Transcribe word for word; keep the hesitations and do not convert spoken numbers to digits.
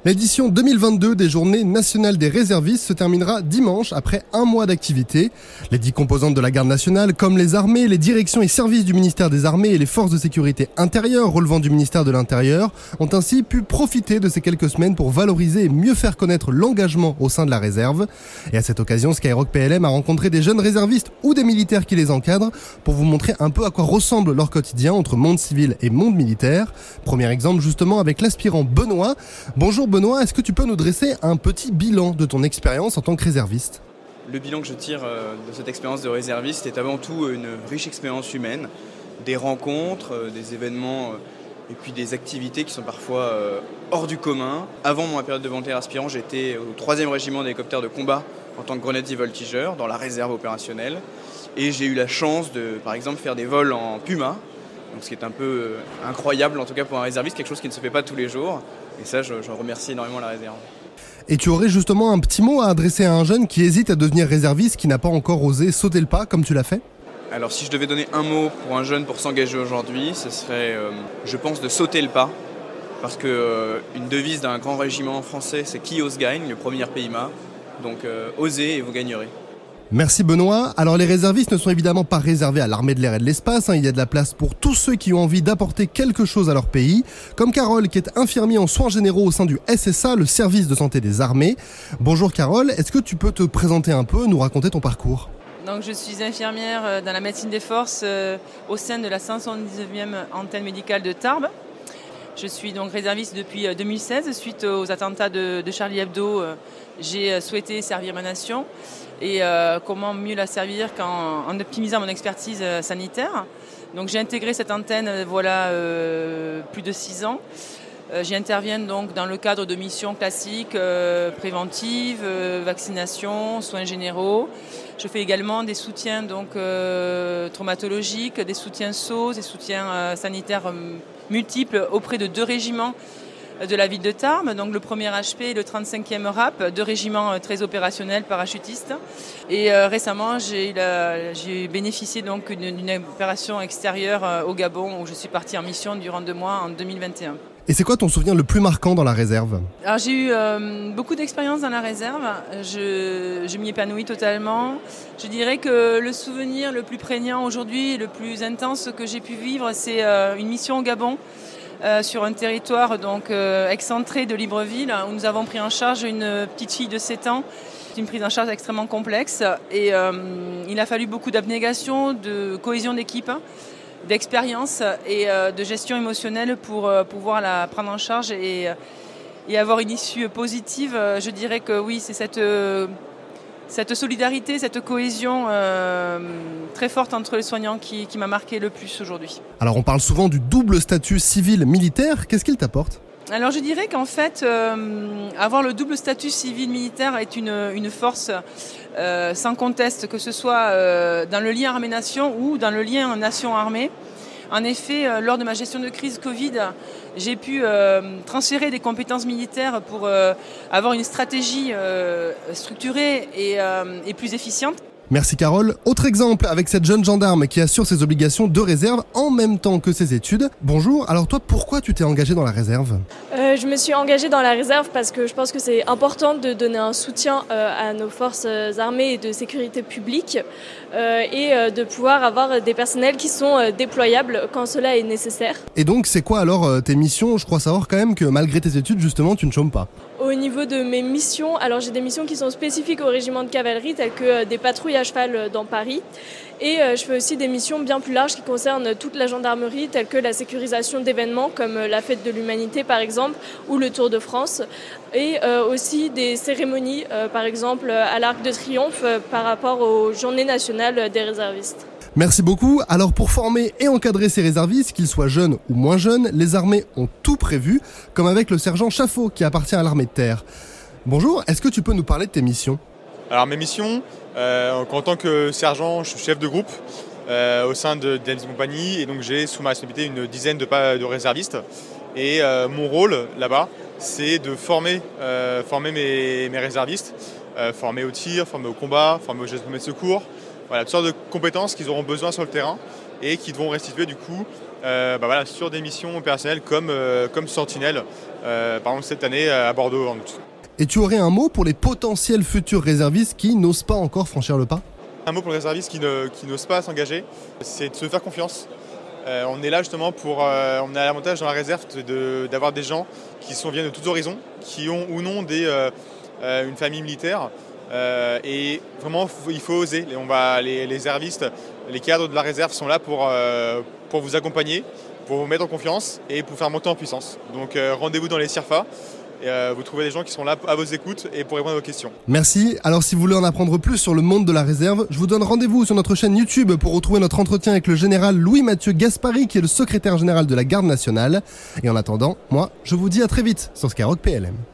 L'édition deux mille vingt-deux des Journées nationales des réservistes se terminera dimanche après un mois d'activité. Les dix composantes de la garde nationale, comme les armées, les directions et services du ministère des Armées et les forces de sécurité intérieure relevant du ministère de l'Intérieur, ont ainsi pu profiter de ces quelques semaines pour valoriser et mieux faire connaître l'engagement au sein de la réserve. Et à cette occasion, Skyrock P L M a rencontré des jeunes réservistes ou des militaires qui les encadrent pour vous montrer un peu à quoi ressemble leur quotidien entre monde civil et monde militaire. Premier exemple justement avec l'aspirant Benoît. Bonjour Benoît, est-ce que tu peux nous dresser un petit bilan de ton expérience en tant que réserviste ? Le bilan que je tire de cette expérience de réserviste est avant tout une riche expérience humaine, des rencontres, des événements et puis des activités qui sont parfois hors du commun. Avant ma période de volontaire aspirant, j'étais au troisième régiment d'hélicoptères de combat en tant que grenadier voltigeur dans la réserve opérationnelle. Et j'ai eu la chance de, par exemple, faire des vols en Puma, donc ce qui est un peu incroyable, en tout cas pour un réserviste, quelque chose qui ne se fait pas tous les jours. Et ça, je, je remercie énormément la réserve. Et tu aurais justement un petit mot à adresser à un jeune qui hésite à devenir réserviste, qui n'a pas encore osé sauter le pas comme tu l'as fait ? Alors si je devais donner un mot pour un jeune pour s'engager aujourd'hui, ce serait, euh, je pense, de sauter le pas. Parce qu'une euh, devise d'un grand régiment français, c'est « Qui ose gagne », le premier P I M A. Donc euh, osez et vous gagnerez. Merci Benoît. Alors les réservistes ne sont évidemment pas réservés à l'armée de l'air et de l'espace, hein. Il y a de la place pour tous ceux qui ont envie d'apporter quelque chose à leur pays, comme Carole qui est infirmier en soins généraux au sein du S S A, le service de santé des armées. Bonjour Carole, est-ce que tu peux te présenter un peu, nous raconter ton parcours ? Donc, je suis infirmière dans la médecine des forces euh, au sein de la cent soixante-dix-neuvième antenne médicale de Tarbes. Je suis donc réserviste depuis deux mille seize. Suite aux attentats de, de Charlie Hebdo, euh, j'ai souhaité servir ma nation. Et euh, comment mieux la servir qu'en en optimisant mon expertise euh, sanitaire. Donc j'ai intégré cette antenne euh, voilà euh, plus de six ans. Euh, j'y interviens donc dans le cadre de missions classiques, euh, préventives, euh, vaccination, soins généraux. Je fais également des soutiens donc euh, traumatologiques, des soutiens S O S, des soutiens euh, sanitaires euh, multiples auprès de deux régiments de la ville de Tarbes, donc le premier H P et le trente-cinquième R A P, deux régiments très opérationnels, parachutistes. Et euh, récemment, j'ai, la, j'ai bénéficié donc d'une, d'une opération extérieure euh, au Gabon où je suis partie en mission durant deux mois en deux mille vingt et un. Et c'est quoi ton souvenir le plus marquant dans la réserve ? Alors j'ai eu euh, beaucoup d'expérience dans la réserve, je, je m'y épanouis totalement. Je dirais que le souvenir le plus prégnant aujourd'hui, le plus intense que j'ai pu vivre, c'est euh, une mission au Gabon. Euh, sur un territoire donc euh, excentré de Libreville où nous avons pris en charge une petite fille de sept ans. C'est une prise en charge extrêmement complexe et euh, il a fallu beaucoup d'abnégation, de cohésion d'équipe, d'expérience et euh, de gestion émotionnelle pour euh, pouvoir la prendre en charge et, et avoir une issue positive. Je dirais que oui, c'est cette... Euh, Cette solidarité, cette cohésion euh, très forte entre les soignants qui, qui m'a marqué le plus aujourd'hui. Alors on parle souvent du double statut civil-militaire, qu'est-ce qu'il t'apporte ? Alors je dirais qu'en fait, euh, avoir le double statut civil-militaire est une, une force euh, sans conteste, que ce soit euh, dans le lien armée-nation ou dans le lien nation-armée. En effet, euh, lors de ma gestion de crise Covid, j'ai pu euh, transférer des compétences militaires pour euh, avoir une stratégie euh, structurée et, euh, et plus efficiente. Merci Carole. Autre exemple avec cette jeune gendarme qui assure ses obligations de réserve en même temps que ses études. Bonjour, alors toi pourquoi tu t'es engagée dans la réserve ? euh, Je me suis engagée dans la réserve parce que je pense que c'est important de donner un soutien euh, à nos forces armées et de sécurité publique euh, et euh, de pouvoir avoir des personnels qui sont euh, déployables quand cela est nécessaire. Et donc c'est quoi alors euh, tes missions ? Je crois savoir quand même que malgré tes études justement tu ne chômes pas. Au niveau de mes missions, alors j'ai des missions qui sont spécifiques au régiment de cavalerie, telles que des patrouilles à cheval dans Paris. Et je fais aussi des missions bien plus larges qui concernent toute la gendarmerie, telles que la sécurisation d'événements comme la Fête de l'Humanité par exemple, ou le Tour de France. Et aussi des cérémonies, par exemple à l'Arc de Triomphe, par rapport aux Journées nationales des réservistes. Merci beaucoup. Alors pour former et encadrer ces réservistes, qu'ils soient jeunes ou moins jeunes, les armées ont tout prévu, comme avec le sergent Chaffot qui appartient à l'armée de terre. Bonjour, est-ce que tu peux nous parler de tes missions ? Alors mes missions, euh, en tant que sergent, je suis chef de groupe euh, au sein de d'A M S Compagnie et donc j'ai sous ma responsabilité une dizaine de, de réservistes. Et euh, mon rôle là-bas, c'est de former, euh, former mes, mes réservistes, euh, former au tir, former au combat, former aux gestes de secours. Voilà, toutes sortes de compétences qu'ils auront besoin sur le terrain et qui devront restituer du coup euh, bah voilà, sur des missions opérationnelles comme, euh, comme sentinelle euh, par exemple cette année à Bordeaux en août. Et tu aurais un mot pour les potentiels futurs réservistes qui n'osent pas encore franchir le pas ? Un mot pour les réservistes qui, ne, qui n'osent pas s'engager, c'est de se faire confiance. Euh, on est là justement pour... Euh, on a l'avantage dans la réserve de, d'avoir des gens qui sont, viennent de tous horizons, qui ont ou non des, euh, euh, une famille militaire. Euh, et vraiment, il faut oser. Et on va, les, les réservistes, les cadres de la réserve sont là pour, euh, pour vous accompagner, pour vous mettre en confiance et pour faire monter en puissance. Donc euh, rendez-vous dans les C I R F A. Et euh, vous trouvez des gens qui sont là à vos écoutes et pour répondre à vos questions. Merci. Alors si vous voulez en apprendre plus sur le monde de la réserve, je vous donne rendez-vous sur notre chaîne YouTube pour retrouver notre entretien avec le général Louis-Mathieu Gaspari, qui est le secrétaire général de la Garde nationale. Et en attendant, moi, je vous dis à très vite sur Skyrock P L M.